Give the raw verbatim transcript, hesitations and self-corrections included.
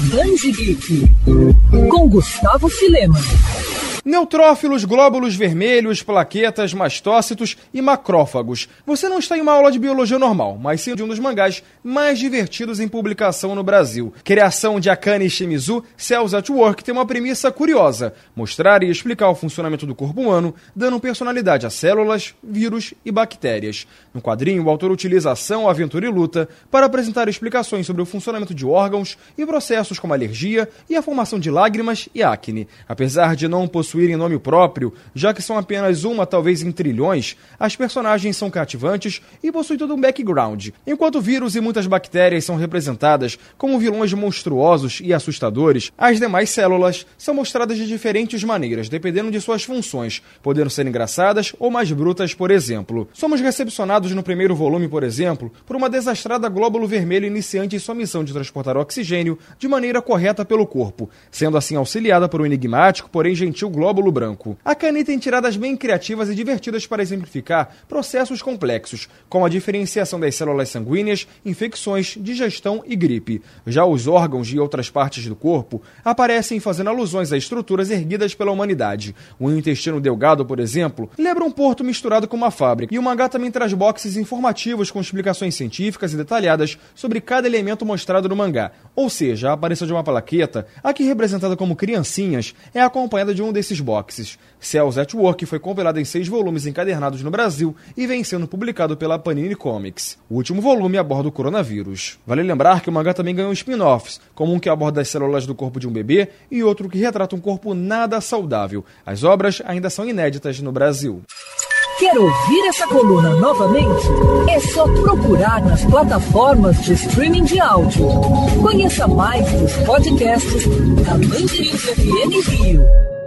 Banzi Geek, com Gustavo Filema. Neutrófilos, glóbulos vermelhos, plaquetas, mastócitos e macrófagos. Você não está em uma aula de biologia normal, mas sim de um dos mangás mais divertidos em publicação no Brasil. Criação de Akane Shimizu, Cells at Work tem uma premissa curiosa: mostrar e explicar o funcionamento do corpo humano, dando personalidade a células, vírus e bactérias. No quadrinho, o autor utiliza ação, aventura e luta para apresentar explicações sobre o funcionamento de órgãos e processos como alergia e a formação de lágrimas e acne. Apesar de não possuir em nome próprio, já que são apenas uma, talvez em trilhões, as personagens são cativantes e possuem todo um background. Enquanto vírus e muitas bactérias são representadas como vilões monstruosos e assustadores, as demais células são mostradas de diferentes maneiras, dependendo de suas funções, podendo ser engraçadas ou mais brutas, por exemplo. Somos recepcionados no primeiro volume, por exemplo, por uma desastrada glóbulo vermelho iniciante em sua missão de transportar oxigênio de maneira correta pelo corpo, sendo assim auxiliada por um enigmático, porém gentil glóbulo branco. A Akane tem tiradas bem criativas e divertidas para exemplificar processos complexos, como a diferenciação das células sanguíneas, infecções, digestão e gripe. Já os órgãos e outras partes do corpo aparecem fazendo alusões a estruturas erguidas pela humanidade. O intestino delgado, por exemplo, lembra um porto misturado com uma fábrica. E o mangá também traz boxes informativos com explicações científicas e detalhadas sobre cada elemento mostrado no mangá. Ou seja, a aparição de uma plaqueta, aqui representada como criancinhas, é acompanhada de um desses boxes. Cells at Work foi compilado em seis volumes encadernados no Brasil e vem sendo publicado pela Panini Comics. O último volume aborda o coronavírus. Vale lembrar que o mangá também ganhou spin-offs, como um que aborda as células do corpo de um bebê e outro que retrata um corpo nada saudável. As obras ainda são inéditas no Brasil. Quer ouvir essa coluna novamente? É só procurar nas plataformas de streaming de áudio. Conheça mais dos podcasts da Band News F M Rio.